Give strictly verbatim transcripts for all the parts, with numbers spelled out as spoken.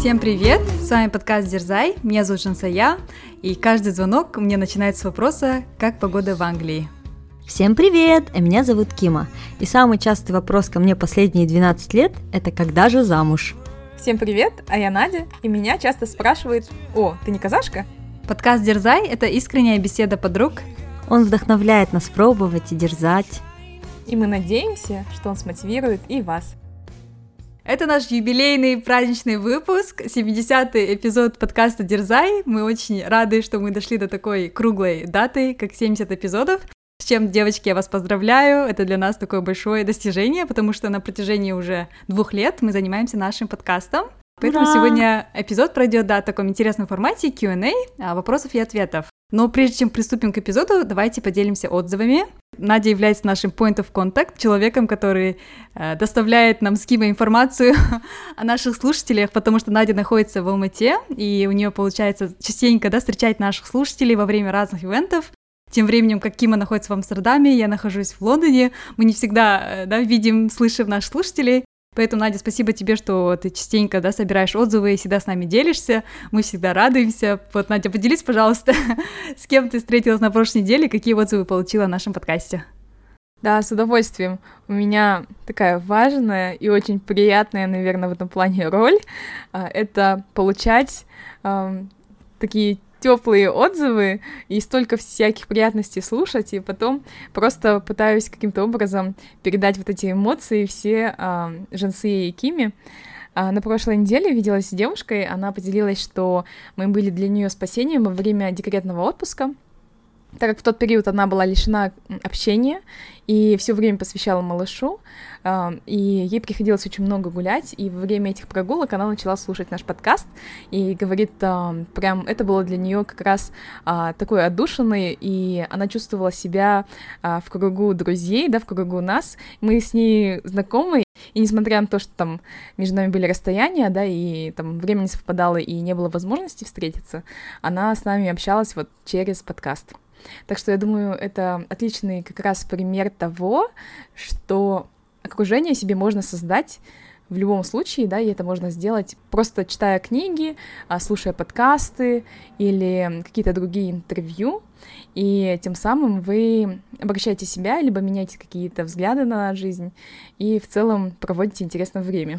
Всем привет! С вами подкаст Дерзай, меня зовут Жансая, и каждый звонок у меня начинается с вопроса «Как погода в Англии?». Всем привет! А меня зовут Кима, и самый частый вопрос ко мне последние двенадцать лет – это «Когда же замуж?». Всем привет, а я Надя, и меня часто спрашивают «О, ты не казашка?». Подкаст Дерзай – это искренняя беседа подруг. Он вдохновляет нас пробовать и дерзать. И мы надеемся, что он смотивирует и вас. Это наш юбилейный праздничный выпуск, семидесятый эпизод подкаста Дерзай. Мы очень рады, что мы дошли до такой круглой даты, как семьдесят эпизодов. С чем, девочки, я вас поздравляю. Это для нас такое большое достижение, потому что на протяжении уже двух лет мы занимаемся нашим подкастом. Поэтому Ура! Сегодня эпизод пройдет, да, в таком интересном формате кью энд эй, вопросов и ответов. Но прежде чем приступим к эпизоду, давайте поделимся отзывами. Надя является нашим point of contact, человеком, который э, доставляет нам с Кимой информацию о наших слушателях, потому что Надя находится в Алмате, и у нее получается частенько, да, встречать наших слушателей во время разных ивентов. Тем временем, как Кима находится в Амстердаме, я нахожусь в Лондоне, мы не всегда, да, видим, слышим наших слушателей. Поэтому, Надя, спасибо тебе, что ты частенько, да, собираешь отзывы и всегда с нами делишься. Мы всегда радуемся. Вот, Надя, поделись, пожалуйста, с кем ты встретилась на прошлой неделе, какие отзывы получила о нашем подкасте. Да, с удовольствием. У меня такая важная и очень приятная, наверное, в этом плане роль. Это получать э, такие теплые отзывы и столько всяких приятностей слушать, и потом просто пытаюсь каким-то образом передать вот эти эмоции все э, Жансие и Киме. А на прошлой неделе виделась с девушкой, она поделилась, что мы были для нее спасением во время декретного отпуска, так как в тот период она была лишена общения и все время посвящала малышу, и ей приходилось очень много гулять, и во время этих прогулок она начала слушать наш подкаст, и говорит, прям это было для нее как раз такой отдушиной, и она чувствовала себя в кругу друзей, да, в кругу нас, мы с ней знакомы, и несмотря на то, что там между нами были расстояния, да, и там время не совпадало, и не было возможности встретиться, она с нами общалась вот через подкаст. Так что я думаю, это отличный как раз пример того, что окружение себе можно создать в любом случае, да, и это можно сделать просто читая книги, слушая подкасты или какие-то другие интервью, и тем самым вы обогащаете себя, либо меняете какие-то взгляды на жизнь, и в целом проводите интересное время.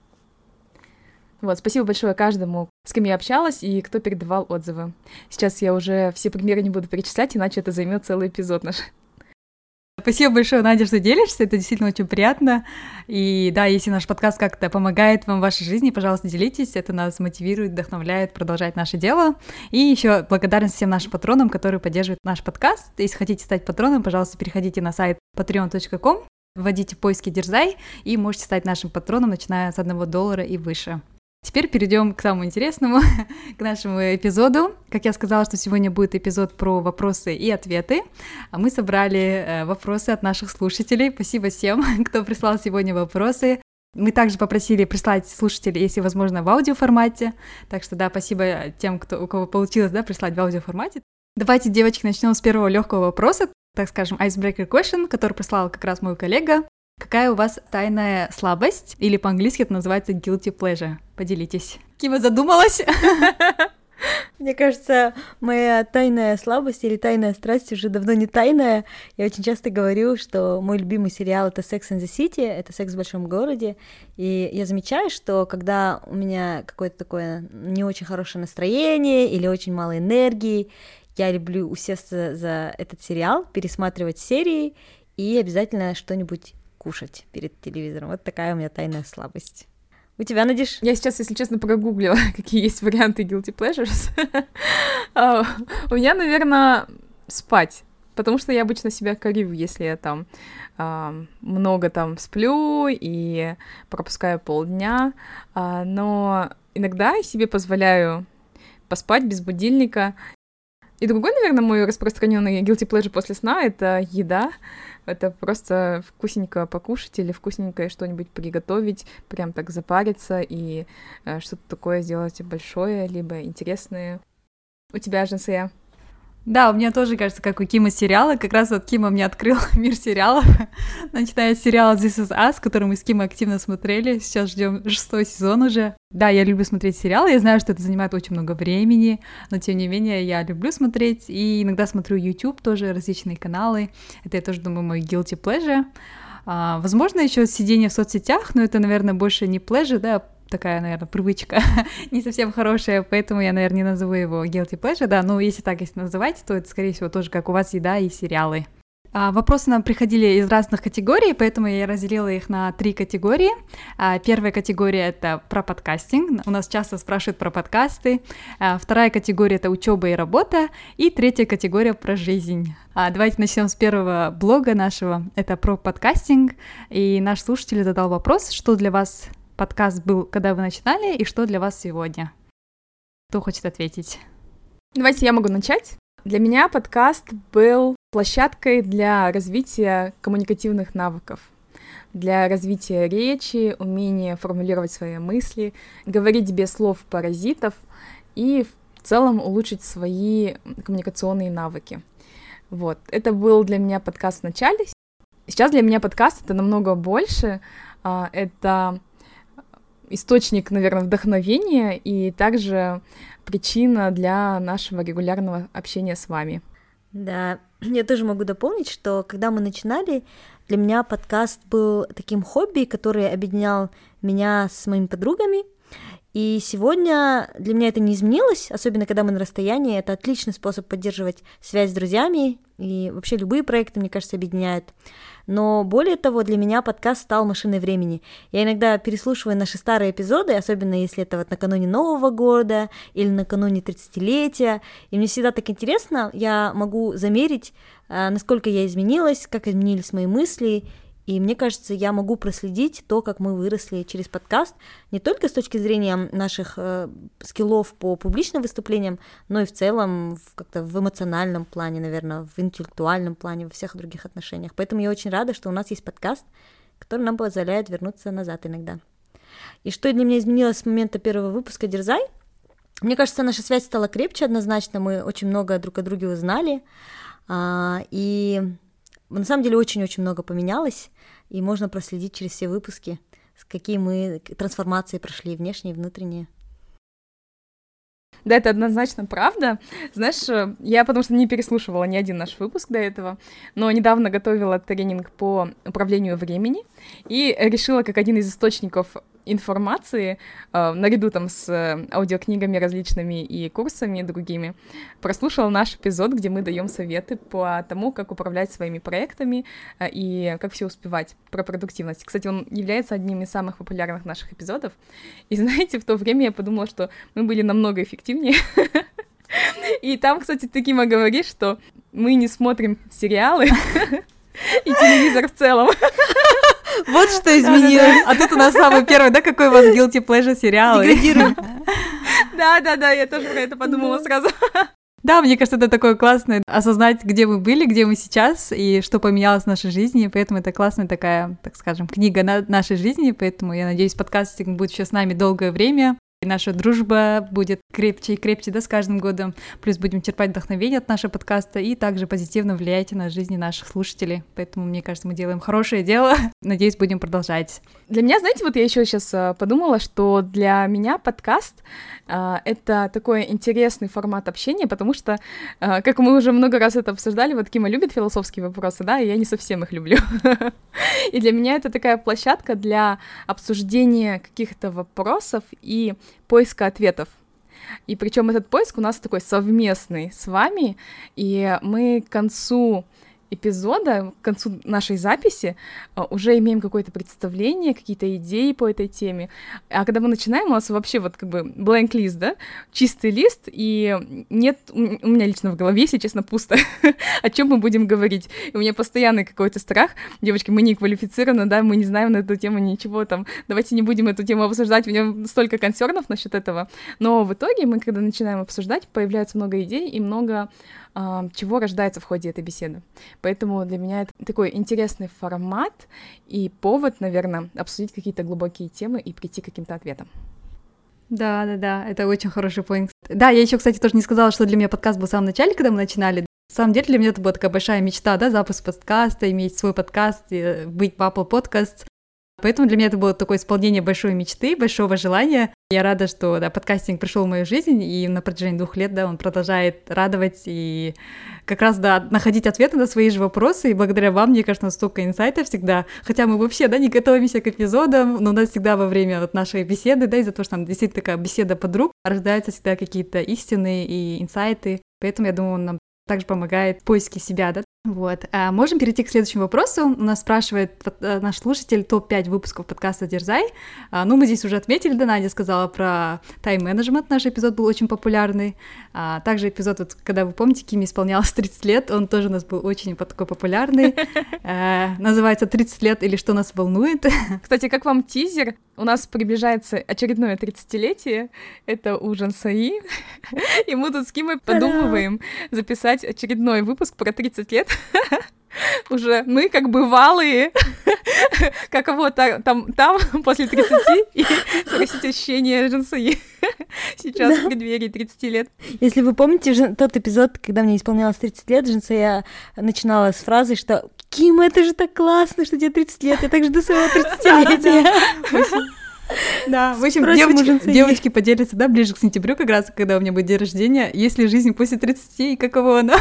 Вот, спасибо большое каждому, с кем я общалась и кто передавал отзывы. Сейчас я уже все примеры не буду перечислять, иначе это займет целый эпизод наш. Спасибо большое, Надя, что делишься, это действительно очень приятно. И да, если наш подкаст как-то помогает вам в вашей жизни, пожалуйста, делитесь, это нас мотивирует, вдохновляет продолжать наше дело. И еще благодарность всем нашим патронам, которые поддерживают наш подкаст. Если хотите стать патроном, пожалуйста, переходите на сайт патреон точка ком, вводите в поиски Дерзай и можете стать нашим патроном, начиная с одного доллара и выше. Теперь перейдем к самому интересному, к нашему эпизоду. Как я сказала, что сегодня будет эпизод про вопросы и ответы. Мы собрали вопросы от наших слушателей. Спасибо всем, кто прислал сегодня вопросы. Мы также попросили прислать слушателей, если возможно, в аудиоформате. Так что да, спасибо тем, кто, у кого получилось, да, прислать в аудиоформате. Давайте, девочки, начнем с первого легкого вопроса, так скажем, icebreaker question, который прислал как раз мой коллега. Какая у вас тайная слабость, или по-английски это называется guilty pleasure? Поделитесь. Кима задумалась? Мне кажется, моя тайная слабость или тайная страсть уже давно не тайная. Я очень часто говорю, что мой любимый сериал — это Sex and the City, это «Секс в большом городе», и я замечаю, что когда у меня какое-то такое не очень хорошее настроение или очень мало энергии, я люблю усесться за этот сериал, пересматривать серии и обязательно что-нибудь кушать перед телевизором. Вот такая у меня тайная слабость. У тебя, Надиш? Я сейчас, если честно, прогуглила, какие есть варианты guilty pleasures. У меня, наверное, спать. Потому что я обычно себя корю, если я там много там сплю и пропускаю полдня. Но иногда я себе позволяю поспать без будильника. И другой, наверное, мой распространенный guilty pleasure после сна — это еда. Это просто вкусненько покушать или вкусненькое что-нибудь приготовить, прям так запариться и э, что-то такое сделать большое, либо интересное. У тебя, Жансия? Да, у меня тоже, кажется, как у Кима сериалы. Как раз вот Кима мне открыл мир сериалов. Начиная с сериала This Is Us, который мы с Кимой активно смотрели. Сейчас ждем шестой сезон уже. Да, я люблю смотреть сериалы. Я знаю, что это занимает очень много времени, но тем не менее я люблю смотреть. И иногда смотрю YouTube тоже, различные каналы. Это, я тоже думаю, мой guilty pleasure. А, возможно, еще сидение в соцсетях, но это, наверное, больше не pleasure, да, такая, наверное, привычка не совсем хорошая, поэтому я, наверное, не назову его guilty pleasure, да, но если так, если называть, то это, скорее всего, тоже как у вас еда и сериалы. А, вопросы нам приходили из разных категорий, поэтому я разделила их на три категории. А, первая категория — это про подкастинг, у нас часто спрашивают про подкасты. А, вторая категория — это учеба и работа, и третья категория — про жизнь. А, давайте начнем с первого блога нашего, это про подкастинг, и наш слушатель задал вопрос, что для вас подкаст был, когда вы начинали, и что для вас сегодня? Кто хочет ответить? Давайте я могу начать. Для меня подкаст был площадкой для развития коммуникативных навыков, для развития речи, умения формулировать свои мысли, говорить без слов-паразитов и в целом улучшить свои коммуникационные навыки. Вот. Это был для меня подкаст в начале. Сейчас для меня подкаст — это намного больше. Это источник, наверное, вдохновения и также причина для нашего регулярного общения с вами. Да, я тоже могу дополнить, что когда мы начинали, для меня подкаст был таким хобби, который объединял меня с моими подругами. И сегодня для меня это не изменилось, особенно когда мы на расстоянии. Это отличный способ поддерживать связь с друзьями, и вообще любые проекты, мне кажется, объединяют. Но более того, для меня подкаст стал машиной времени. Я иногда переслушиваю наши старые эпизоды, особенно если это вот накануне Нового года или накануне тридцатилетия. И мне всегда так интересно, я могу замерить, насколько я изменилась, как изменились мои мысли. И мне кажется, я могу проследить то, как мы выросли через подкаст, не только с точки зрения наших э, скиллов по публичным выступлениям, но и в целом в, как-то в эмоциональном плане, наверное, в интеллектуальном плане, во всех других отношениях. Поэтому я очень рада, что у нас есть подкаст, который нам позволяет вернуться назад иногда. И что для меня изменилось с момента первого выпуска «Дерзай»? Мне кажется, наша связь стала крепче однозначно, мы очень много друг о друге узнали, а, и на самом деле очень-очень много поменялось, и можно проследить через все выпуски, какие мы трансформации прошли, внешние и внутренние. Да, это однозначно правда. Знаешь, я потому что не переслушивала ни один наш выпуск до этого, но недавно готовила тренинг по управлению времени и решила, как один из источников информации, э, наряду там с аудиокнигами различными и курсами другими, прослушала наш эпизод, где мы даем советы по тому, как управлять своими проектами э, и как все успевать, про продуктивность. Кстати, он является одним из самых популярных наших эпизодов. И знаете, в то время я подумала, что мы были намного эффективнее. И там, кстати, ты, Кима, говоришь, что мы не смотрим сериалы и телевизор в целом. Вот что изменилось. А тут у нас самый первый, да, какой у вас guilty pleasure сериал? Деградируем. Да-да-да, я тоже про это подумала сразу. Да, мне кажется, это такое классное осознать, где мы были, где мы сейчас, и что поменялось в нашей жизни, поэтому это классная такая, так скажем, книга на нашей жизни, поэтому я надеюсь, подкастинг будет еще с нами долгое время, и наша дружба будет крепче и крепче, да, с каждым годом, плюс будем черпать вдохновение от нашего подкаста и также позитивно влияете на жизни наших слушателей, поэтому, мне кажется, мы делаем хорошее дело, надеюсь, будем продолжать. Для меня, знаете, вот я еще сейчас подумала, что для меня подкаст Uh, это такой интересный формат общения, потому что, uh, как мы уже много раз это обсуждали, вот Кима любит философские вопросы, да, и я не совсем их люблю. И для меня это такая площадка для обсуждения каких-то вопросов и поиска ответов. И причем этот поиск у нас такой совместный с вами, и мы к концу эпизода, к концу нашей записи уже имеем какое-то представление, какие-то идеи по этой теме. А когда мы начинаем, у нас вообще вот как бы blank лист, да, чистый лист, и нет, у меня лично в голове, если честно, пусто, о чем мы будем говорить. И у меня постоянный какой-то страх. Девочки, мы не квалифицированы, да, мы не знаем на эту тему ничего там, давайте не будем эту тему обсуждать, у меня столько консернов насчет этого. Но в итоге мы, когда начинаем обсуждать, появляется много идей и много чего рождается в ходе этой беседы. Поэтому для меня это такой интересный формат и повод, наверное, обсудить какие-то глубокие темы и прийти к каким-то ответам. Да, да, да, это очень хороший поинт. Да, я еще, кстати, тоже не сказала, что для меня подкаст был в самом начале, когда мы начинали. На самом деле для меня это была такая большая мечта, да, запуск подкаста, иметь свой подкаст, и быть в Apple Podcasts. Поэтому для меня это было такое исполнение большой мечты, большого желания. Я рада, что да, подкастинг пришел в мою жизнь, и на протяжении двух лет да, он продолжает радовать и как раз да, находить ответы на свои же вопросы. И благодаря вам, мне кажется, столько инсайтов всегда. Хотя мы вообще да, не готовимся к эпизодам, но у нас всегда во время вот нашей беседы, да, из-за того, что там действительно такая беседа подруг, рождаются всегда какие-то истины и инсайты. Поэтому я думаю, он нам также помогает в поиске себя, да. Вот. А можем перейти к следующему вопросу. У нас спрашивает наш слушатель топ пять выпусков подкаста «Дерзай». А, ну, мы здесь уже отметили, да, Надя сказала про тайм-менеджмент, наш эпизод был очень популярный. А, также эпизод, вот, когда вы помните, Киме исполнялось тридцать лет, он тоже у нас был очень такой популярный. А, называется «тридцать лет или что нас волнует». Кстати, как вам тизер? У нас приближается очередное тридцатилетие, это у Жансаи, и мы тут с Кимой подумываем записать очередной выпуск про тридцать лет. Уже мы как бывалые, каково там, там после тридцати, и спросить ощущение Жансаи сейчас в преддверии тридцати лет. Если вы помните тот эпизод, когда мне исполнялось тридцать лет, Жансая начинала с фразы, что «Ким, это же так классно, что тебе тридцать лет, я так жду своего тридцатилетия». Да, в общем, девочки, девочки поделятся, да, ближе к сентябрю, как раз, когда у меня будет день рождения, есть ли жизнь после тридцати и каково она.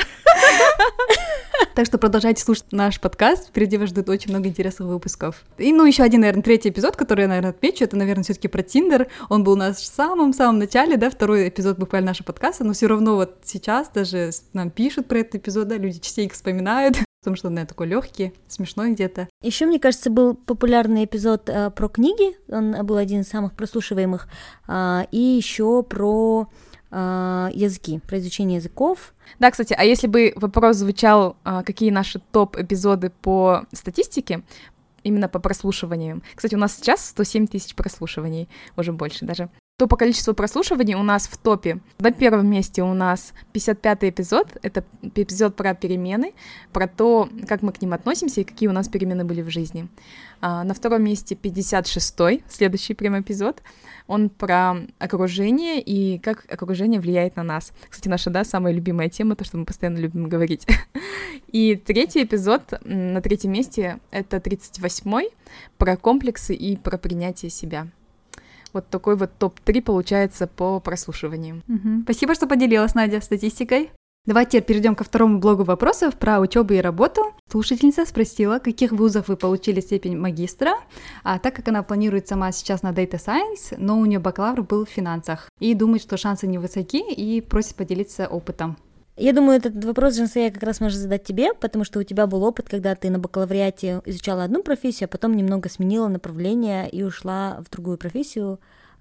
Так что продолжайте слушать наш подкаст, впереди вас ждут очень много интересных выпусков. И, ну, еще один, наверное, третий эпизод, который я, наверное, отмечу, это, наверное, все-таки про Тиндер. Он был у нас в самом-самом начале, да, второй эпизод буквально нашего подкаста, но все равно вот сейчас даже нам пишут про этот эпизод, да, люди частенько вспоминают, потому что он, наверное, такой легкий, смешной где-то. Еще, мне кажется, был популярный эпизод э, про книги, он был один из самых прослушиваемых, э, и еще про э, языки, про изучение языков. Да, кстати, а если бы вопрос звучал, э, какие наши топ-эпизоды по статистике, именно по прослушиваниям. Кстати, у нас сейчас сто семь тысяч прослушиваний, уже больше даже. То по количеству прослушиваний у нас в топе. На первом месте у нас пятьдесят пятый эпизод. Это эпизод про перемены, про то, как мы к ним относимся и какие у нас перемены были в жизни. А, на втором месте пятьдесят шестой, следующий прям эпизод. Он про окружение и как окружение влияет на нас. Кстати, наша, да, самая любимая тема, то, что мы постоянно любим говорить. И третий эпизод на третьем месте — это тридцать восьмой, про комплексы и про принятие себя. Вот такой вот топ три получается по прослушиванию. Угу. Спасибо, что поделилась, Надя, статистикой. Давайте теперь перейдем ко второму блогу вопросов про учебу и работу. Слушательница спросила, в каких вузах вы получили степень магистра, а так как она планирует сама сейчас на Data Science, но у нее бакалавр был в финансах, и думает, что шансы невысоки, и просит поделиться опытом. Я думаю, этот вопрос, Жансая, как раз может задать тебе, потому что у тебя был опыт, когда ты на бакалавриате изучала одну профессию, а потом немного сменила направление и ушла в другую профессию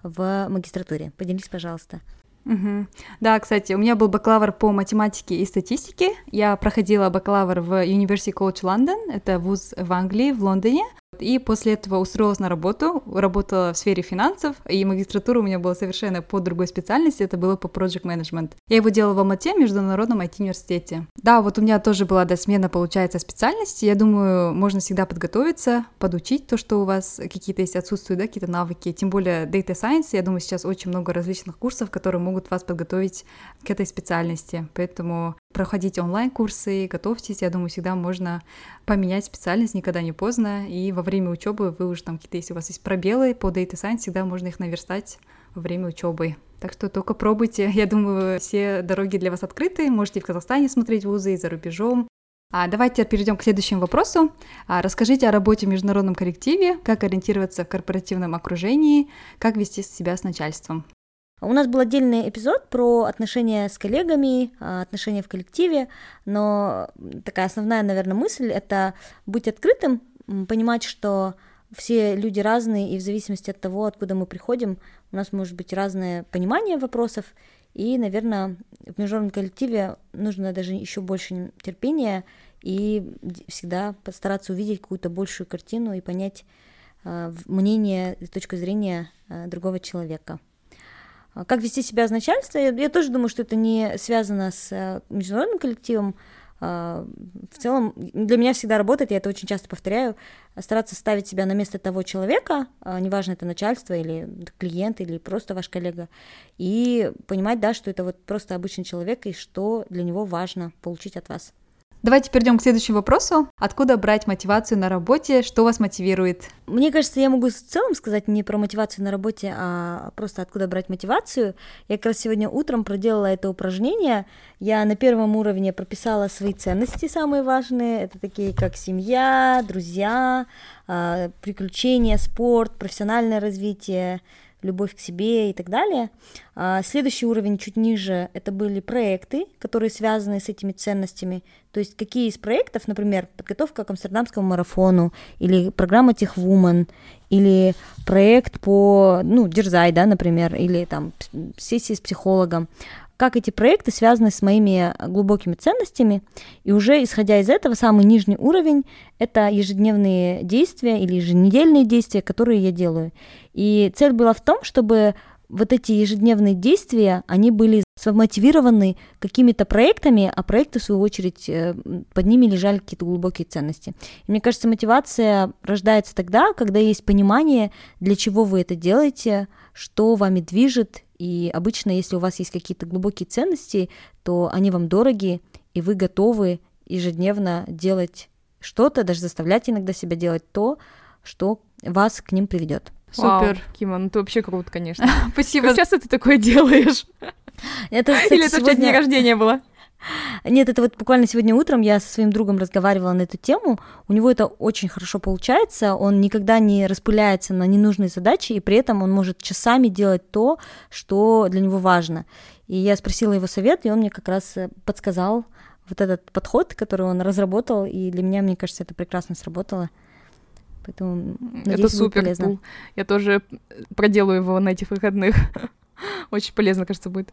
в магистратуре. Поделись, пожалуйста. Угу. Да, кстати, у меня был бакалавр по математике и статистике. Я проходила бакалавр в University College London, это вуз в Англии, в Лондоне. И после этого устроилась на работу, работала в сфере финансов, и магистратура у меня была совершенно по другой специальности, это было по project management. Я его делала в Алмате, в Международном ай ти-университете. Да, вот у меня тоже была да, смена, получается, специальности. Я думаю, можно всегда подготовиться, подучить то, что у вас какие-то есть отсутствуют, да, какие-то навыки. Тем более Data Science, я думаю, сейчас очень много различных курсов, которые могут вас подготовить к этой специальности. Поэтому проходите онлайн-курсы, готовьтесь, я думаю, всегда можно поменять специальность, никогда не поздно, и во время учебы вы уже там какие-то, если у вас есть пробелы по Data Science, всегда можно их наверстать во время учебы. Так что только пробуйте, я думаю, все дороги для вас открыты, можете и в Казахстане смотреть вузы, и за рубежом. А давайте перейдем к следующему вопросу. А расскажите о работе в международном коллективе, как ориентироваться в корпоративном окружении, как вести себя с начальством. У нас был отдельный эпизод про отношения с коллегами, отношения в коллективе, но такая основная, наверное, мысль — это быть открытым, понимать, что все люди разные, и в зависимости от того, откуда мы приходим, у нас может быть разное понимание вопросов, и, наверное, в международном коллективе нужно даже еще больше терпения и всегда постараться увидеть какую-то большую картину и понять мнение и точку зрения другого человека. Как вести себя с начальством? Я, я тоже думаю, что это не связано с международным коллективом. в целом для меня всегда работает, я это очень часто повторяю, стараться ставить себя на место того человека, неважно, это начальство или клиент, или просто ваш коллега, и понимать, да, что это вот просто обычный человек, и что для него важно получить от вас. Давайте перейдем к следующему вопросу. Откуда брать мотивацию на работе? Что вас мотивирует? Мне кажется, я могу в целом сказать не про мотивацию на работе, а просто откуда брать мотивацию. Я как раз сегодня утром проделала это упражнение. Я на первом уровне прописала свои ценности самые важные. Это такие как семья, друзья, приключения, спорт, профессиональное развитие, любовь к себе и так далее. Следующий уровень чуть ниже, это были проекты, которые связаны с этими ценностями. То есть какие из проектов, например, подготовка к Амстердамскому марафону, или программа TechWoman, или проект по, ну, Дерзай, да, например, или там сессии с психологом. Как эти проекты связаны с моими глубокими ценностями, и уже исходя из этого, самый нижний уровень – это ежедневные действия или еженедельные действия, которые я делаю. И цель была в том, чтобы вот эти ежедневные действия, они были смотивированы какими-то проектами, а проекты, в свою очередь, под ними лежали какие-то глубокие ценности. И мне кажется, мотивация рождается тогда, когда есть понимание, для чего вы это делаете, что вами движет. И обычно, если у вас есть какие-то глубокие ценности, то они вам дороги, и вы готовы ежедневно делать что-то, даже заставлять иногда себя делать то, что вас к ним приведет. Супер, Вау, Кима, ну ты вообще крут, конечно. Спасибо. Как часто ты такое делаешь? Это, кстати, Или это сегодня... в честь дня рождения было? Нет, это вот буквально сегодня утром я со своим другом разговаривала на эту тему. У него это очень хорошо получается. Он никогда не распыляется на ненужные задачи, и при этом он может часами делать то, что для него важно. И я спросила его совет, и он мне как раз подсказал вот этот подход, который он разработал, и для меня, мне кажется, это прекрасно сработало. Поэтому, надеюсь, это супер полезно. Cool. Я тоже проделаю его на этих выходных. Очень полезно, кажется, будет.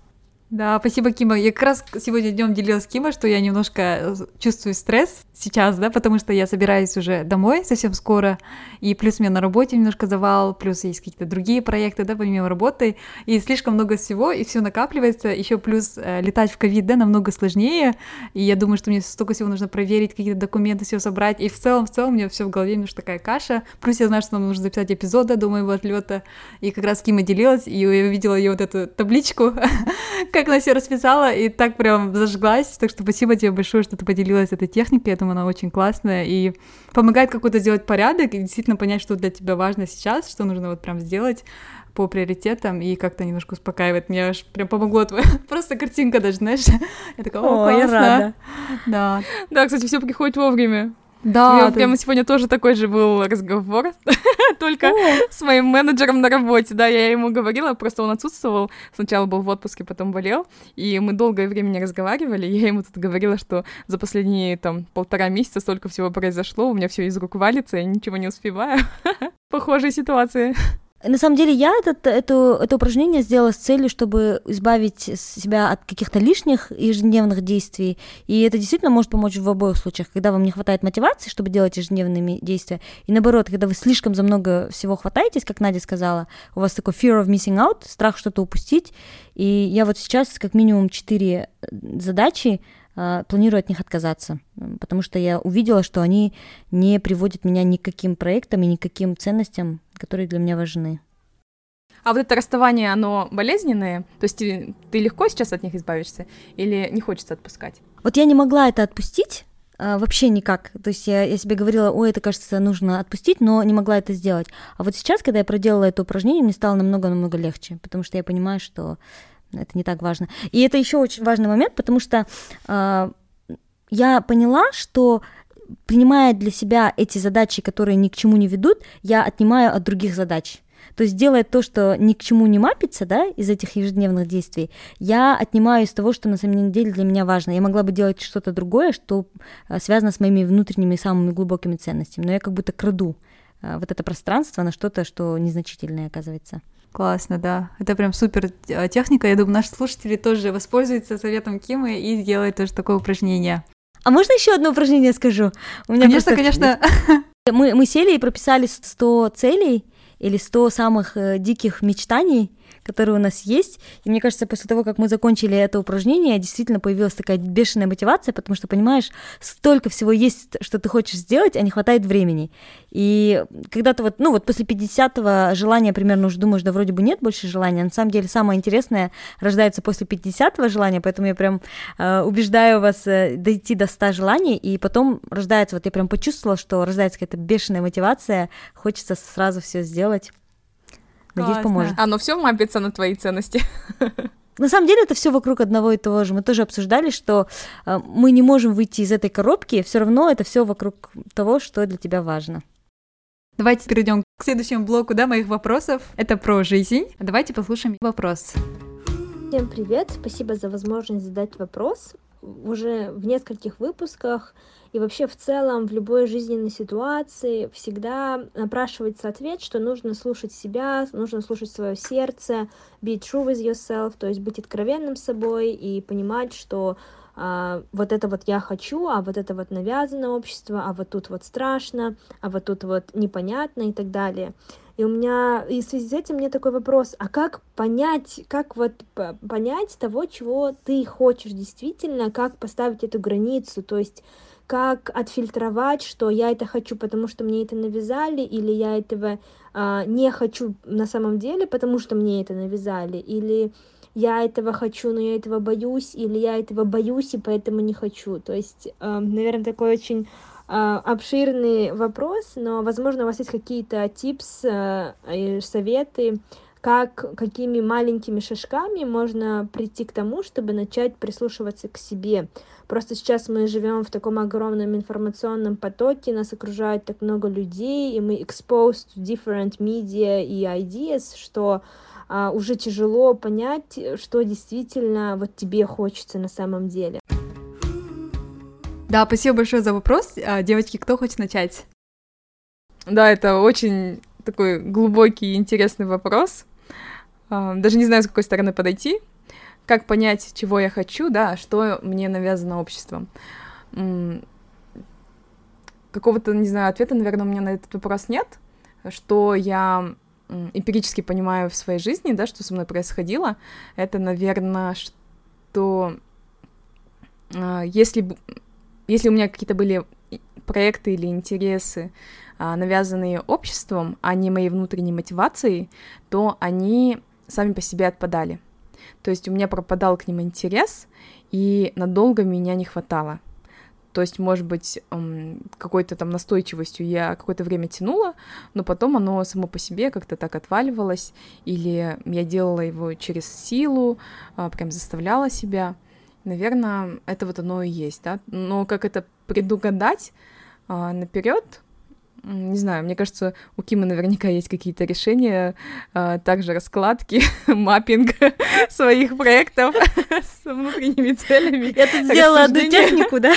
Да, спасибо, Кима. Я как раз сегодня днем делилась с Кимой, что я немножко чувствую стресс сейчас, да, потому что я собираюсь уже домой совсем скоро, и плюс у меня на работе немножко завал, плюс есть какие-то другие проекты, да, помимо работы, и слишком много всего, и все накапливается, еще плюс э, летать в ковид, да, намного сложнее, и я думаю, что мне столько всего нужно проверить, какие-то документы, все собрать, и в целом, в целом у меня все в голове немножко такая каша, плюс я знаю, что нам нужно записать эпизод, да, до моего отлета, и как раз Кима делилась, и я увидела ее вот эту табличку, как она все расписала, и так прям зажглась. Так что спасибо тебе большое, что ты поделилась этой техникой. Я думаю, она очень классная и помогает какой-то сделать порядок и действительно понять, что для тебя важно сейчас, что нужно вот прям сделать по приоритетам, и как-то немножко успокаивает. Мне аж прям помогло твоя просто картинка даже, знаешь. Я такая, о, классно. Я рада. Да. Да, кстати, все приходит вовремя. Да, У меня ты... прямо сегодня тоже такой же был разговор, только с моим менеджером на работе, да, я ему говорила, просто он отсутствовал, сначала был в отпуске, потом болел, и мы долгое время не разговаривали, я ему тут говорила, что за последние, там, полтора месяца столько всего произошло, у меня все из рук валится, я ничего не успеваю. Похожая ситуация. На самом деле я этот, это, это упражнение сделала с целью, чтобы избавить себя от каких-то лишних ежедневных действий, и это действительно может помочь в обоих случаях, когда вам не хватает мотивации, чтобы делать ежедневные действия, и наоборот, когда вы слишком за много всего хватаетесь, как Надя сказала, у вас такой fear of missing out, страх что-то упустить, и я вот сейчас как минимум четыре задачи планирую от них отказаться, потому что я увидела, что они не приводят меня ни к каким проектам и ни к каким ценностям, которые для меня важны. А вот это расставание, оно болезненное? То есть ты, ты легко сейчас от них избавишься или не хочется отпускать? Вот я не могла это отпустить, а, вообще никак. То есть я, я себе говорила, ой, это, кажется, нужно отпустить, но не могла это сделать. А вот сейчас, когда я проделала это упражнение, мне стало намного-намного легче, потому что я понимаю, что это не так важно. И это еще очень важный момент, потому что э, я поняла, что принимая для себя эти задачи, которые ни к чему не ведут, я отнимаю от других задач. То есть делая то, что ни к чему не мапится, да, из этих ежедневных действий, я отнимаю из того, что на самом деле для меня важно. Я могла бы делать что-то другое, что связано с моими внутренними самыми глубокими ценностями, но я как будто краду э, вот это пространство на что-то, что незначительное оказывается. Классно, да. Это прям супер техника. Я думаю, наши слушатели тоже воспользуются советом Кимы и сделают тоже такое упражнение. А можно еще одно упражнение скажу? У меня конечно, просто... конечно. Мы, мы сели и прописали сто целей или сто самых э, диких мечтаний, которые у нас есть. И мне кажется, после того, как мы закончили это упражнение, действительно появилась такая бешеная мотивация, потому что, понимаешь, столько всего есть, что ты хочешь сделать, а не хватает времени. И когда ты вот, ну вот после пятидесятого желания примерно уже думаешь, да вроде бы нет больше желания, на самом деле самое интересное рождается после пятидесятого желания, поэтому я прям э, убеждаю вас э, дойти до ста желаний, и потом рождается, вот я прям почувствовала, что рождается какая-то бешеная мотивация, хочется сразу все сделать. Надеюсь, Классно. поможет. Оно все мапится на твои ценности. На самом деле это все вокруг одного и того же. Мы тоже обсуждали, что э, мы не можем выйти из этой коробки, все равно это все вокруг того, что для тебя важно. Давайте перейдем к следующему блоку, да, моих вопросов. Это про жизнь. Давайте послушаем вопрос. Всем привет, спасибо за возможность задать вопрос. Уже в нескольких выпусках и вообще в целом в любой жизненной ситуации всегда напрашивается ответ, что нужно слушать себя, нужно слушать свое сердце, be true with yourself, то есть быть откровенным с собой и понимать, что а, вот это вот я хочу, а вот это вот навязано общество, а вот тут вот страшно, а вот тут вот непонятно и так далее. И у меня, и в связи с этим у меня такой вопрос, а как понять, как вот понять того, чего ты хочешь действительно, как поставить эту границу, то есть как отфильтровать, что я это хочу, потому что мне это навязали, или я этого а, не хочу на самом деле, потому что мне это навязали, или я этого хочу, но я этого боюсь, или я этого боюсь и поэтому не хочу. То есть, а, наверное, такой очень а, обширный вопрос, но, возможно, у вас есть какие-то типсы а, и советы, как, какими маленькими шажками можно прийти к тому, чтобы начать прислушиваться к себе. Просто сейчас мы живем в таком огромном информационном потоке, нас окружает так много людей, и мы exposed to different media и ideas, что а, уже тяжело понять, что действительно вот тебе хочется на самом деле. Да, спасибо большое за вопрос. Девочки, кто хочет начать? Да, это очень такой глубокий и интересный вопрос. Даже не знаю, с какой стороны подойти. Как понять, чего я хочу, да, что мне навязано обществом. Какого-то, не знаю, ответа, наверное, у меня на этот вопрос нет. Что я эмпирически понимаю в своей жизни, да, что со мной происходило, это, наверное, что если, если у меня какие-то были проекты или интересы, навязанные обществом, а не моей внутренней мотивацией, то они сами по себе отпадали. То есть у меня пропадал к ним интерес, и надолго меня не хватало. То есть, может быть, какой-то там настойчивостью я какое-то время тянула, но потом оно само по себе как-то так отваливалось, или я делала его через силу, прям заставляла себя. Наверное, это вот оно и есть, да. Но как это предугадать наперед? Не знаю, мне кажется, у Кимы наверняка есть какие-то решения, а, также раскладки, маппинг своих проектов с внутренними целями. Я тут сделала одну технику, да?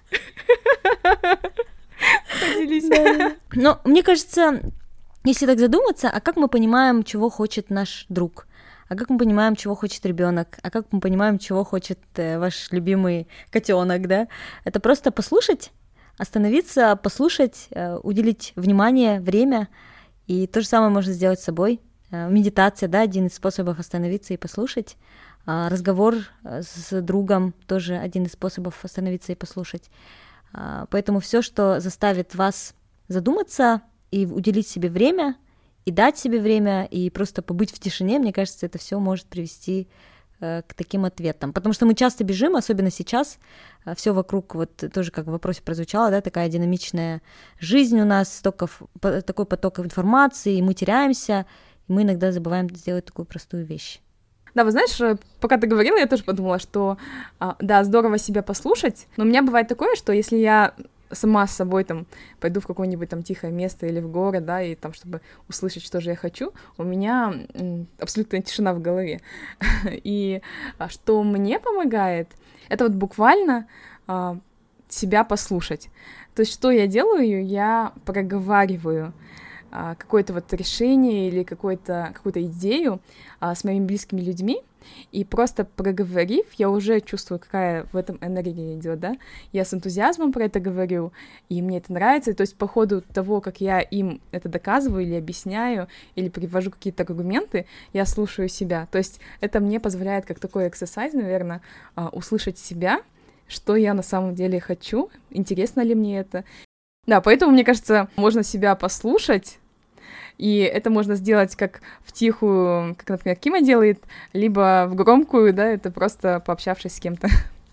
Поделись. Но мне кажется, если так задуматься, а как мы понимаем, чего хочет наш друг? А как мы понимаем, чего хочет ребенок? А как мы понимаем, чего хочет э, ваш любимый котенок, да? Это просто послушать, остановиться, послушать, уделить внимание, время, и то же самое можно сделать с собой. Медитация, да, один из способов остановиться и послушать. Разговор с другом тоже один из способов остановиться и послушать. Поэтому все, что заставит вас задуматься и уделить себе время, и дать себе время, и просто побыть в тишине, мне кажется, это все может привести к таким ответам. Потому что мы часто бежим, особенно сейчас, все вокруг, вот тоже как в вопросе прозвучало, да, такая динамичная жизнь у нас, столько, такой поток информации, и мы теряемся, и мы иногда забываем сделать такую простую вещь. Да, вы знаешь, пока ты говорила, я тоже подумала, что, да, здорово себя послушать, но у меня бывает такое, что если я сама с собой там пойду в какое-нибудь там тихое место или в город, да, и там, чтобы услышать, что же я хочу, у меня абсолютная тишина в голове. И что мне помогает, это вот буквально а, себя послушать. То есть что я делаю? Я проговариваю а, какое-то вот решение или какое-то, какую-то идею а, с моими близкими людьми, и просто проговорив, я уже чувствую, какая в этом энергия идет, да, я с энтузиазмом про это говорю, и мне это нравится, и, то есть по ходу того, как я им это доказываю или объясняю, или привожу какие-то аргументы, я слушаю себя, то есть это мне позволяет, как такой эксерсайз, наверное, а, услышать себя, что я на самом деле хочу, интересно ли мне это. Да, поэтому, мне кажется, можно себя послушать, и это можно сделать как в тихую, как, например, Кима делает, либо в громкую, да, это просто пообщавшись с кем-то.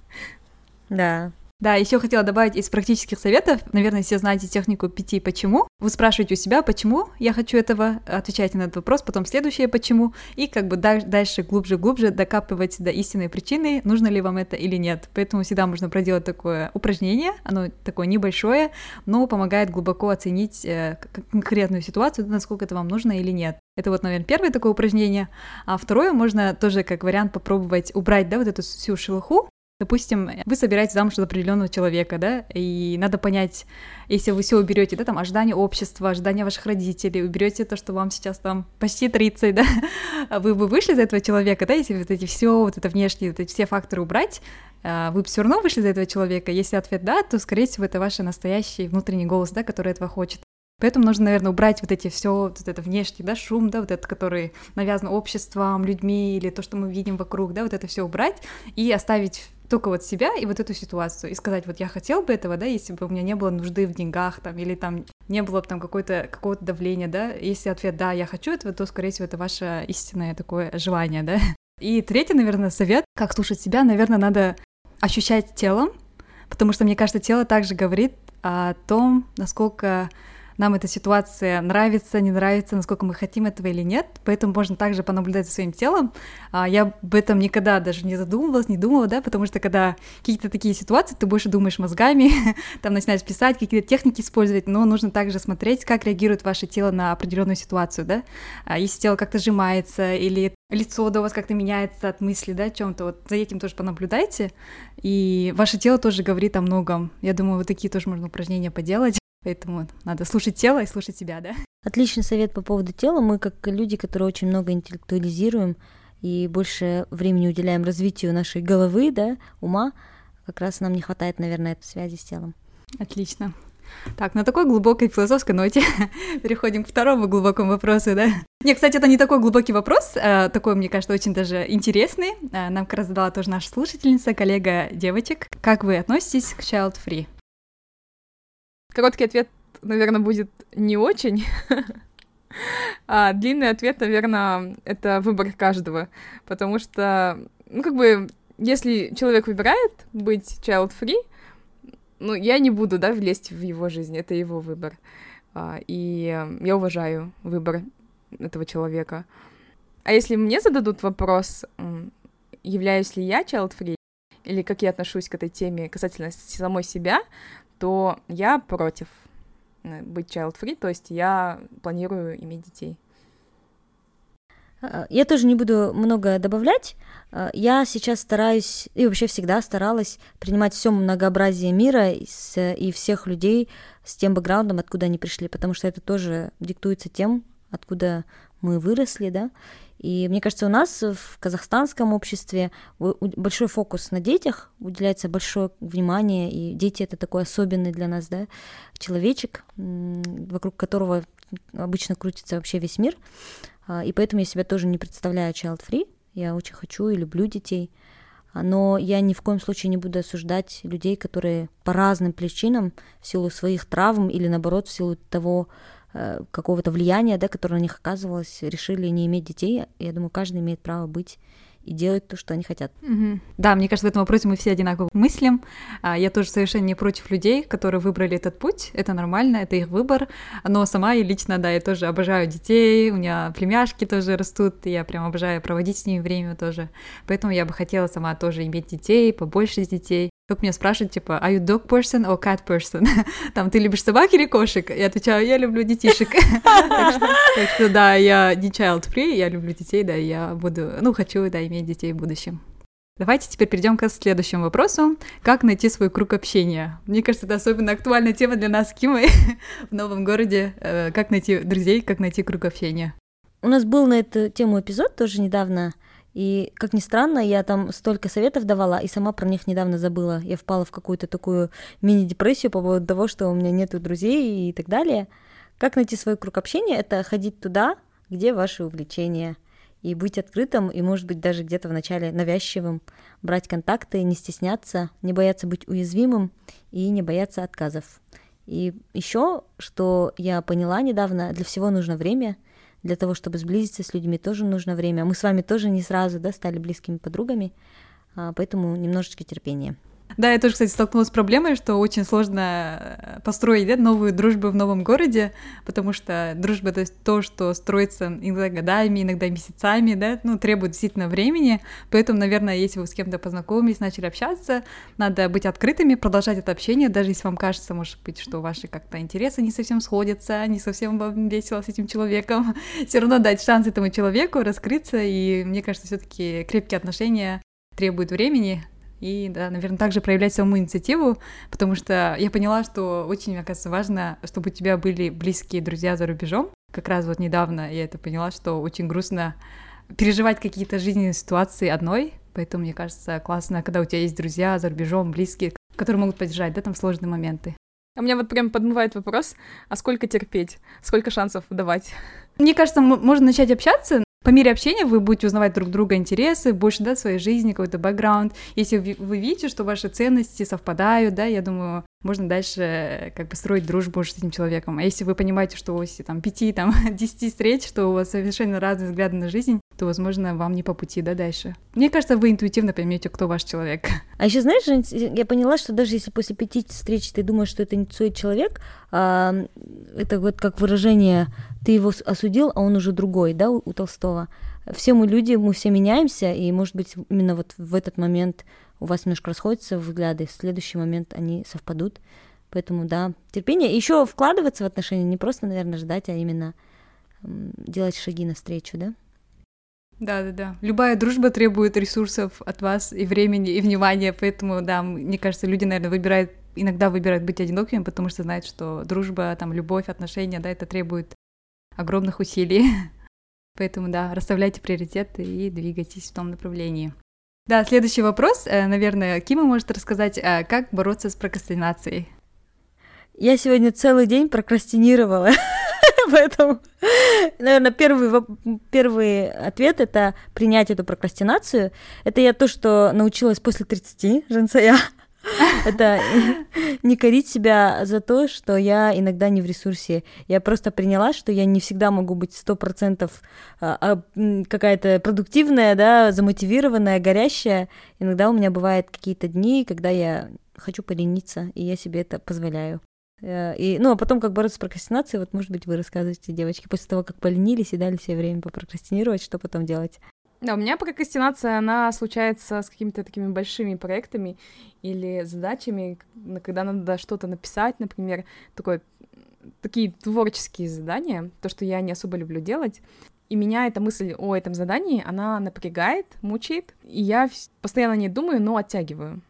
Да. Да, еще хотела добавить из практических советов. Наверное, все знаете технику пяти «почему». Вы спрашиваете у себя, почему я хочу этого, отвечаете на этот вопрос, потом следующее «почему», и как бы дальше глубже-глубже докапывать до истинной причины, нужно ли вам это или нет. Поэтому всегда можно проделать такое упражнение, оно такое небольшое, но помогает глубоко оценить конкретную ситуацию, насколько это вам нужно или нет. Это вот, наверное, первое такое упражнение. А второе можно тоже как вариант попробовать убрать, да, вот эту всю шелуху. Допустим, вы собираетесь замуж за определенного человека, да, и надо понять, если вы все уберете, да, там, ожидания общества, ожидания ваших родителей, уберете то, что вам сейчас там почти тридцать, да, вы бы вышли за этого человека, да, если вот эти все, вот это внешние, вот эти все факторы убрать, вы бы все равно вышли за этого человека. Если ответ да, то, скорее всего, это ваш настоящий внутренний голос, да, который этого хочет. Поэтому нужно, наверное, убрать вот эти все, вот это внешний, да, шум, да, вот этот, который навязан обществом, людьми, или то, что мы видим вокруг, да, вот это все убрать и оставить только вот себя и вот эту ситуацию, и сказать, вот я хотел бы этого, да, если бы у меня не было нужды в деньгах, там, или там не было бы там какой-то, какого-то давления, да, если ответ да, я хочу этого, то, скорее всего, это ваше истинное такое желание, да. И третий, наверное, совет, как слушать себя, наверное, надо ощущать телом, потому что, мне кажется, тело также говорит о том, насколько нам эта ситуация нравится, не нравится, насколько мы хотим этого или нет, поэтому можно также понаблюдать за своим телом. Я об этом никогда даже не задумывалась, не думала, да, потому что когда какие-то такие ситуации, ты больше думаешь мозгами, там начинаешь писать, какие-то техники использовать, но нужно также смотреть, как реагирует ваше тело на определенную ситуацию, да, если тело как-то сжимается или лицо у вас как-то меняется от мысли, да, о чем-то, вот за этим тоже понаблюдайте, и ваше тело тоже говорит о многом. Я думаю, вот такие тоже можно упражнения поделать. Поэтому надо слушать тело и слушать себя, да? Отличный совет по поводу тела. Мы, как люди, которые очень много интеллектуализируем и больше времени уделяем развитию нашей головы, да, ума, как раз нам не хватает, наверное, этой связи с телом. Отлично. Так, на такой глубокой философской ноте переходим к второму глубокому вопросу, да? Не, кстати, это не такой глубокий вопрос, а такой, мне кажется, очень даже интересный. Нам как раз задала тоже наша слушательница, коллега девочек. Как вы относитесь к child-free? Короткий ответ, наверное, будет не очень. А длинный ответ, наверное, это выбор каждого. Потому что, ну, как бы, если человек выбирает быть child-free, ну, я не буду, да, влезть в его жизнь, это его выбор. И я уважаю выбор этого человека. А если мне зададут вопрос, являюсь ли я child-free, или как я отношусь к этой теме касательно самой себя, то я против быть child-free, то есть я планирую иметь детей. Я тоже не буду много добавлять. Я сейчас стараюсь, и вообще всегда старалась принимать все многообразие мира и всех людей с тем бэкграундом, откуда они пришли, потому что это тоже диктуется тем, откуда мы выросли, да. И мне кажется, у нас в казахстанском обществе большой фокус на детях, уделяется большое внимание, и дети — это такой особенный для нас, да, человечек, вокруг которого обычно крутится вообще весь мир. И поэтому я себя тоже не представляю child-free. Я очень хочу и люблю детей. Но я ни в коем случае не буду осуждать людей, которые по разным причинам, в силу своих травм или, наоборот, в силу того какого-то влияния, да, которое на них оказывалось, решили не иметь детей. Я думаю, каждый имеет право быть и делать то, что они хотят. Mm-hmm. Да, мне кажется, в этом вопросе мы все одинаково мыслим. Я тоже совершенно не против людей, которые выбрали этот путь. Это нормально, это их выбор. Но сама я лично, да, я тоже обожаю детей. У меня племяшки тоже растут, и я прям обожаю проводить с ними время тоже. Поэтому я бы хотела сама тоже иметь детей, побольше детей. Как меня спрашивают, типа, are you dog person or cat person? Там, ты любишь собак или кошек? Я отвечаю, я люблю детишек. Так что, да, я не child-free, я люблю детей, да, я буду, ну, хочу, да, иметь детей в будущем. Давайте теперь перейдем к следующему вопросу. Как найти свой круг общения? Мне кажется, это особенно актуальная тема для нас с Кимой в новом городе. Как найти друзей, как найти круг общения? У нас был на эту тему эпизод тоже недавно, и, как ни странно, я там столько советов давала, и сама про них недавно забыла. Я впала в какую-то такую мини-депрессию по поводу того, что у меня нету друзей и так далее. Как найти свой круг общения? Это ходить туда, где ваши увлечения, и быть открытым, и, может быть, даже где-то вначале навязчивым, брать контакты, не стесняться, не бояться быть уязвимым и не бояться отказов. И еще, что я поняла недавно, для всего нужно время, для того, чтобы сблизиться с людьми, тоже нужно время. Мы с вами тоже не сразу, да, стали близкими подругами, поэтому немножечко терпения. Да, я тоже, кстати, столкнулась с проблемой, что очень сложно построить, да, новую дружбу в новом городе, потому что дружба — это то, что строится иногда годами, иногда месяцами, да, ну, требует действительно времени, поэтому, наверное, если вы с кем-то познакомились, начали общаться, надо быть открытыми, продолжать это общение, даже если вам кажется, может быть, что ваши как-то интересы не совсем сходятся, не совсем вам весело с этим человеком, все равно дать шанс этому человеку раскрыться, и мне кажется, все-таки крепкие отношения требуют времени. И, да, наверное, также проявлять саму инициативу, потому что я поняла, что очень, мне кажется, важно, чтобы у тебя были близкие друзья за рубежом. Как раз вот недавно я это поняла, что очень грустно переживать какие-то жизненные ситуации одной, поэтому, мне кажется, классно, когда у тебя есть друзья за рубежом, близкие, которые могут поддержать, да, там сложные моменты. А меня вот прям подмывает вопрос, а сколько терпеть, сколько шансов давать? Мне кажется, можно начать общаться. По мере общения вы будете узнавать друг друга интересы, больше, да, своей жизни, какой-то бэкграунд. Если вы видите, что ваши ценности совпадают, да, я думаю, можно дальше как бы строить дружбу с этим человеком. А если вы понимаете, что после там пяти, там, десяти встреч, что у вас совершенно разные взгляды на жизнь, то, возможно, вам не по пути, да, дальше. Мне кажется, вы интуитивно поймете, кто ваш человек. А еще знаешь, я поняла, что даже если после пяти встреч ты думаешь, что это не твой человек, а, это вот как выражение «ты его осудил, а он уже другой», да, у, у Толстого. Все мы люди, мы все меняемся, и, может быть, именно вот в этот момент у вас немножко расходятся взгляды, в следующий момент они совпадут. Поэтому, да, терпение. И еще вкладываться в отношения, не просто, наверное, ждать, а именно м, делать шаги навстречу, да? Да-да-да. Любая дружба требует ресурсов от вас и времени, и внимания, поэтому, да, мне кажется, люди, наверное, выбирают, иногда выбирают быть одинокими, потому что знают, что дружба, там, любовь, отношения, да, это требует огромных усилий. Поэтому, да, расставляйте приоритеты и двигайтесь в том направлении. Да, следующий вопрос, наверное, Кима может рассказать, как бороться с прокрастинацией. Я сегодня целый день прокрастинировала, поэтому, наверное, первый, первый ответ — это принять эту прокрастинацию. Это я то, что научилась после тридцати, Женсая. Это не корить себя за то, что я иногда не в ресурсе. Я просто приняла, что я не всегда могу быть сто процентов какая-то продуктивная, да, замотивированная, горящая. Иногда у меня бывают какие-то дни, когда я хочу полениться, и я себе это позволяю. И, ну, а потом, как бороться с прокрастинацией, вот, может быть, вы рассказываете, девочки, после того, как поленились и дали себе время попрокрастинировать, что потом делать? Да, у меня прокрастинация, она случается с какими-то такими большими проектами или задачами, когда надо что-то написать, например, такое, такие творческие задания, то, что я не особо люблю делать. И меня эта мысль о этом задании, она напрягает, мучает, и я постоянно не думаю, но оттягиваю.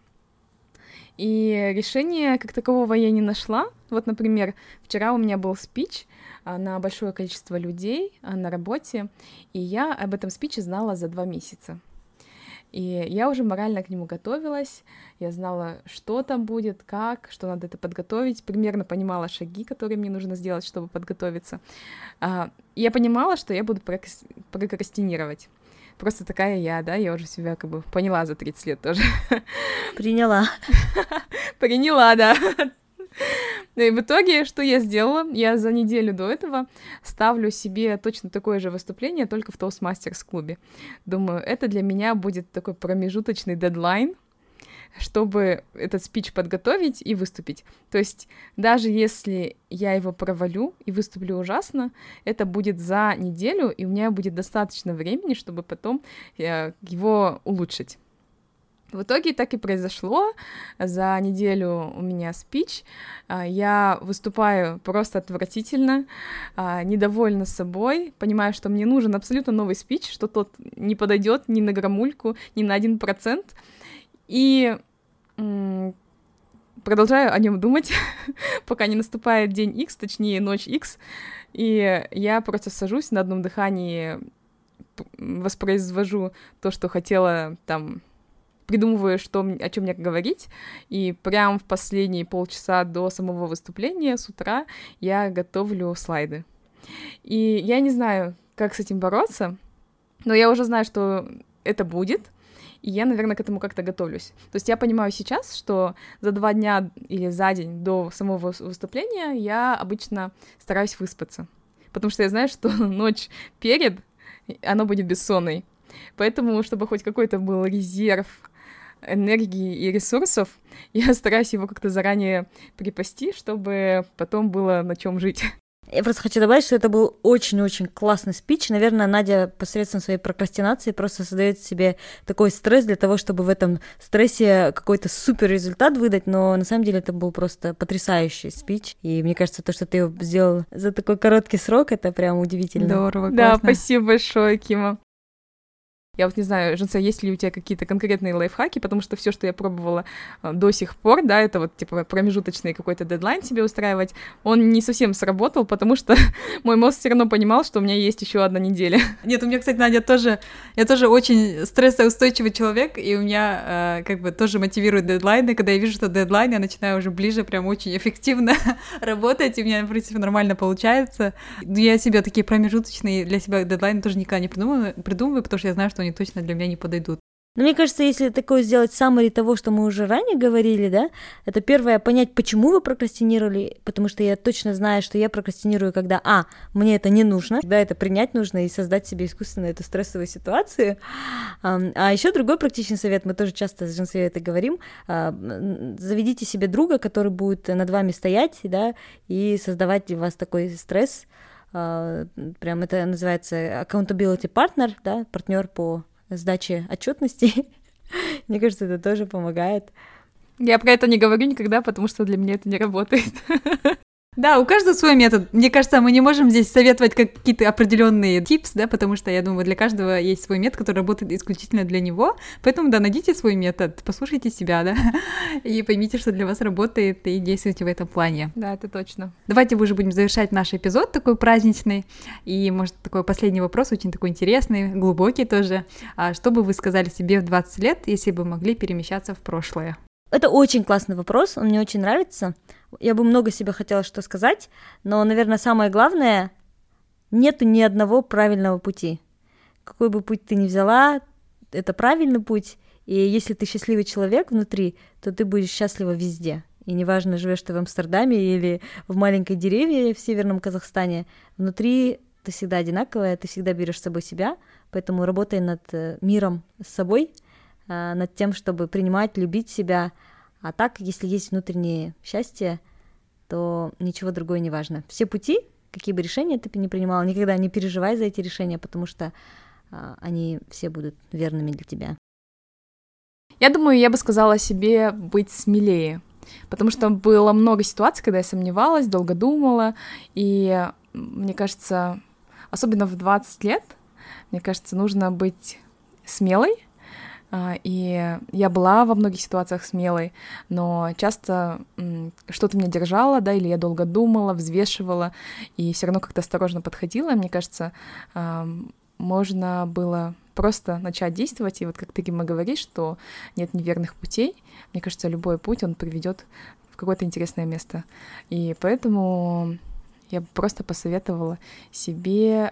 И решения как такового я не нашла. Вот, например, вчера у меня был спич на большое количество людей на работе, и я об этом спиче знала за два месяца. И я уже морально к нему готовилась, я знала, что там будет, как, что надо это подготовить, примерно понимала шаги, которые мне нужно сделать, чтобы подготовиться. И я понимала, что я буду прокрастинировать. Просто такая я, да, я уже себя как бы поняла за тридцать лет тоже. Приняла. Приняла, да. Ну и в итоге, что я сделала? Я за неделю до этого ставлю себе точно такое же выступление, только в Toastmasters клубе. Думаю, это для меня будет такой промежуточный дедлайн, чтобы этот спич подготовить и выступить. То есть даже если я его провалю и выступлю ужасно, это будет за неделю, и у меня будет достаточно времени, чтобы потом его улучшить. В итоге так и произошло. За неделю у меня спич. Я выступаю просто отвратительно, недовольна собой, понимаю, что мне нужен абсолютно новый спич, что тот не подойдет ни на грамульку, ни на один процент. И продолжаю о нем думать, пока не наступает день X, точнее ночь X, и я просто сажусь на одном дыхании, воспроизвожу то, что хотела там, придумываю, что, о чем мне говорить, и прям в последние полчаса до самого выступления с утра я готовлю слайды. И я не знаю, как с этим бороться, но я уже знаю, что это будет, и я, наверное, к этому как-то готовлюсь. То есть я понимаю сейчас, что за два дня или за день до самого выступления я обычно стараюсь выспаться, потому что я знаю, что ночь перед, она будет бессонной. Поэтому, чтобы хоть какой-то был резерв энергии и ресурсов, я стараюсь его как-то заранее припасти, чтобы потом было на чем жить. Я просто хочу добавить, что это был очень-очень классный спич. Наверное, Надя посредством своей прокрастинации просто создает себе такой стресс для того, чтобы в этом стрессе какой-то супер результат выдать, но на самом деле это был просто потрясающий спич. И мне кажется, то, что ты его сделал за такой короткий срок, это прям удивительно. Здорово, классно. Да, спасибо большое, Кима. Я вот не знаю, Женса, есть ли у тебя какие-то конкретные лайфхаки, потому что все, что я пробовала до сих пор, да, это вот типа промежуточный какой-то дедлайн себе устраивать, он не совсем сработал, потому что мой мозг все равно понимал, что у меня есть еще одна неделя. Нет, у меня, кстати, Надя, тоже, я тоже очень стрессоустойчивый человек, и у меня э, как бы тоже мотивирует дедлайны. Когда я вижу, что дедлайн, я начинаю уже ближе прям очень эффективно работать, и у меня, в принципе, нормально получается. Я себе такие промежуточные для себя дедлайны тоже никогда не придумываю, придумываю, потому что я знаю, что они точно для меня не подойдут. Но мне кажется, если такое сделать summary того, что мы уже ранее говорили, да, это первое, понять, почему вы прокрастинировали, потому что я точно знаю, что я прокрастинирую, когда, а, мне это не нужно, да, это принять нужно и создать себе искусственно эту стрессовую ситуацию. А еще другой практичный совет, мы тоже часто с Женсой это говорим, заведите себе друга, который будет над вами стоять, да, и создавать у вас такой стресс. Uh, прям это называется accountability partner, да, партнер по сдаче отчетности. Мне кажется, это тоже помогает. Я про это не говорю никогда, потому что для меня это не работает. Да, у каждого свой метод. Мне кажется, мы не можем здесь советовать какие-то определенные типс, да, потому что я думаю, для каждого есть свой метод, который работает исключительно для него. Поэтому, да, найдите свой метод, послушайте себя, да, и поймите, что для вас работает, и действуйте в этом плане. Да, это точно. Давайте уже будем завершать наш эпизод такой праздничный. И, может, такой последний вопрос, очень такой интересный, глубокий тоже. А что бы вы сказали себе в двадцать лет, если бы могли перемещаться в прошлое? Это очень классный вопрос, он мне очень нравится. Я бы много себе хотела что сказать, но, наверное, самое главное, нету ни одного правильного пути. Какой бы путь ты ни взяла, это правильный путь, и если ты счастливый человек внутри, то ты будешь счастлива везде. И неважно, живешь ты в Амстердаме или в маленькой деревне в северном Казахстане, внутри ты всегда одинаковая, ты всегда берешь с собой себя, поэтому работай над миром с собой, над тем, чтобы принимать, любить себя. А так, если есть внутреннее счастье, то ничего другое не важно. Все пути, какие бы решения ты ни принимала, никогда не переживай за эти решения, потому что а, они все будут верными для тебя. Я думаю, я бы сказала себе быть смелее, потому что было много ситуаций, когда я сомневалась, долго думала, и мне кажется, особенно в двадцать лет, мне кажется, нужно быть смелой. И я была во многих ситуациях смелой, но часто что-то меня держало, да, или я долго думала, взвешивала, и все равно как-то осторожно подходила. Мне кажется, можно было просто начать действовать, и вот как ты, Кима, говоришь, что нет неверных путей, мне кажется, любой путь, он приведет в какое-то интересное место. И поэтому я бы просто посоветовала себе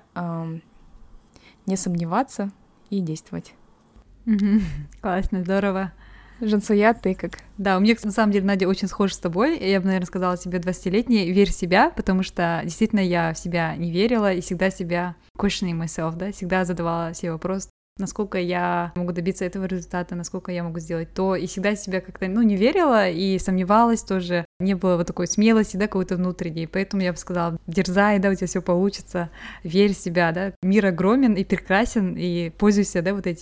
не сомневаться и действовать. Mm-hmm. Классно, здорово. Жансая, ты как? Да, у меня, на самом деле, Надя очень схожа с тобой. Я бы, наверное, сказала себе двадцатилетней, верь в себя, потому что действительно я в себя не верила и всегда себя questioning myself, да, всегда задавала себе вопрос, насколько я могу добиться этого результата, насколько я могу сделать то, и всегда себя как-то, ну, не верила и сомневалась тоже, не было вот такой смелости, да, какой-то внутренней, поэтому я бы сказала, дерзай, да, у тебя все получится, верь в себя, да, мир огромен и прекрасен, и пользуйся, да, вот этим.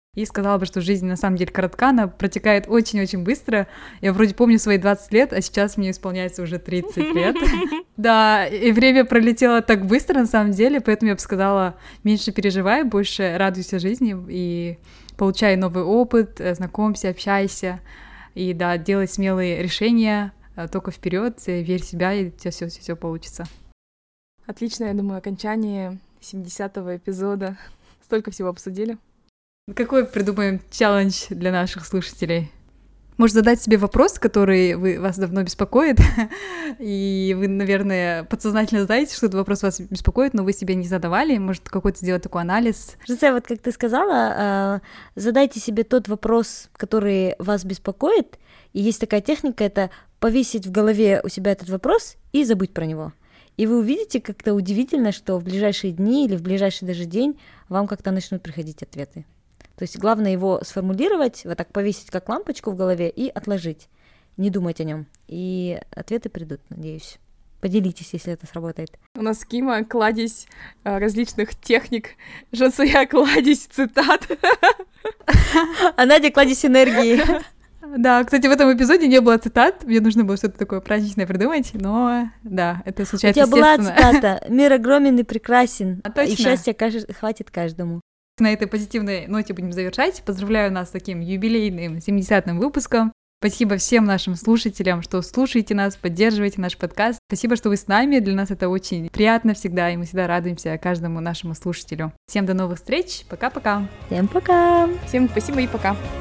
И сказала бы, что жизнь на самом деле коротка, она протекает очень-очень быстро. Я вроде помню свои двадцать лет, а сейчас мне исполняется уже тридцать лет. Да, и время пролетело так быстро на самом деле, поэтому я бы сказала, меньше переживай, больше радуйся жизни и получай новый опыт, знакомься, общайся. И да, делай смелые решения, только вперед, верь в себя, и у тебя все, все, все получится. Отлично, я думаю, окончание семидесятого эпизода. Столько всего обсудили. Какой придумаем челлендж для наших слушателей? Может, задать себе вопрос, который вы, вас давно беспокоит, и вы, наверное, подсознательно знаете, что этот вопрос вас беспокоит, но вы себе не задавали. Может, какой-то сделать такой анализ? Жозе, вот как ты сказала, задайте себе тот вопрос, который вас беспокоит, и есть такая техника, это повесить в голове у себя этот вопрос и забыть про него. И вы увидите как-то удивительно, что в ближайшие дни или в ближайший даже день вам как-то начнут приходить ответы. То есть главное его сформулировать, вот так повесить как лампочку в голове и отложить, не думать о нем. И ответы придут, надеюсь. Поделитесь, если это сработает. У нас Кима кладезь различных техник, Жозе кладезь цитат. А Надя кладезь энергии. Да, кстати, в этом эпизоде не было цитат, мне нужно было что-то такое праздничное придумать, но да, это случается естественно. У тебя была цитата «Мир огромен и прекрасен, а и счастья хватит каждому». На этой позитивной ноте будем завершать. Поздравляю нас с таким юбилейным семидесятым выпуском. Спасибо всем нашим слушателям, что слушаете нас, поддерживаете наш подкаст. Спасибо, что вы с нами. Для нас это очень приятно всегда, и мы всегда радуемся каждому нашему слушателю. Всем до новых встреч. Пока-пока. Всем пока. Всем спасибо и пока.